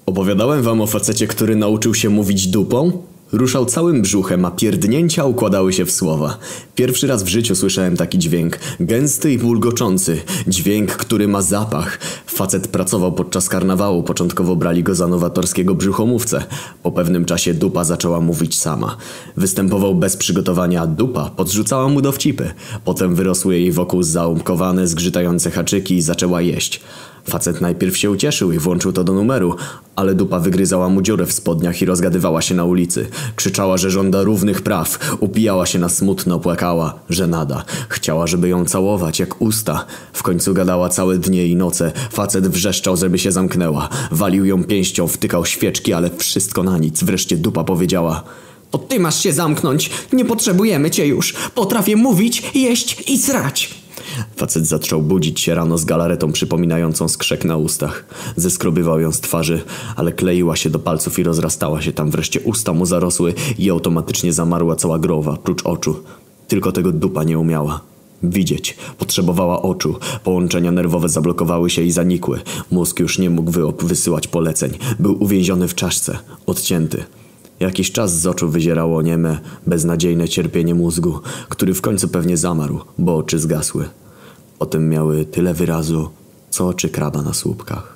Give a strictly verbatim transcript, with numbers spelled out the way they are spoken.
Opowiadałem wam o facecie, który nauczył się mówić dupą? Ruszał całym brzuchem, a pierdnięcia układały się w słowa. Pierwszy raz w życiu słyszałem taki dźwięk. Gęsty i bulgoczący. Dźwięk, który ma zapach. Facet pracował podczas karnawału. Początkowo brali go za nowatorskiego brzuchomówcę. Po pewnym czasie dupa zaczęła mówić sama. Występował bez przygotowania, a dupa podrzucała mu dowcipy. Potem wyrosły jej wokół załamkowane, zgrzytające haczyki i zaczęła jeść. Facet najpierw się ucieszył i włączył to do numeru, ale dupa wygryzała mu dziurę w spodniach i rozgadywała się na ulicy. Krzyczała, że żąda równych praw, upijała się na smutno, płakała, że nada. Chciała, żeby ją całować jak usta. W końcu gadała całe dnie i noce. Facet wrzeszczał, żeby się zamknęła. Walił ją pięścią, wtykał świeczki, ale wszystko na nic. Wreszcie dupa powiedziała: To ty masz się zamknąć, nie potrzebujemy cię już. Potrafię mówić, jeść i srać. Facet zaczął budzić się rano z galaretą przypominającą skrzek na ustach. Zeskrobywał ją z twarzy, ale kleiła się do palców i rozrastała się tam. Wreszcie usta mu zarosły i automatycznie zamarła cała głowa, prócz oczu. Tylko tego dupa nie umiała widzieć. Potrzebowała oczu. Połączenia nerwowe zablokowały się i zanikły. Mózg już nie mógł wy- wysyłać poleceń. Był uwięziony w czaszce, odcięty. Jakiś czas z oczu wyzierało nieme, beznadziejne cierpienie mózgu, który w końcu pewnie zamarł, bo oczy zgasły. Potem miały tyle wyrazu, co oczy kraba na słupkach.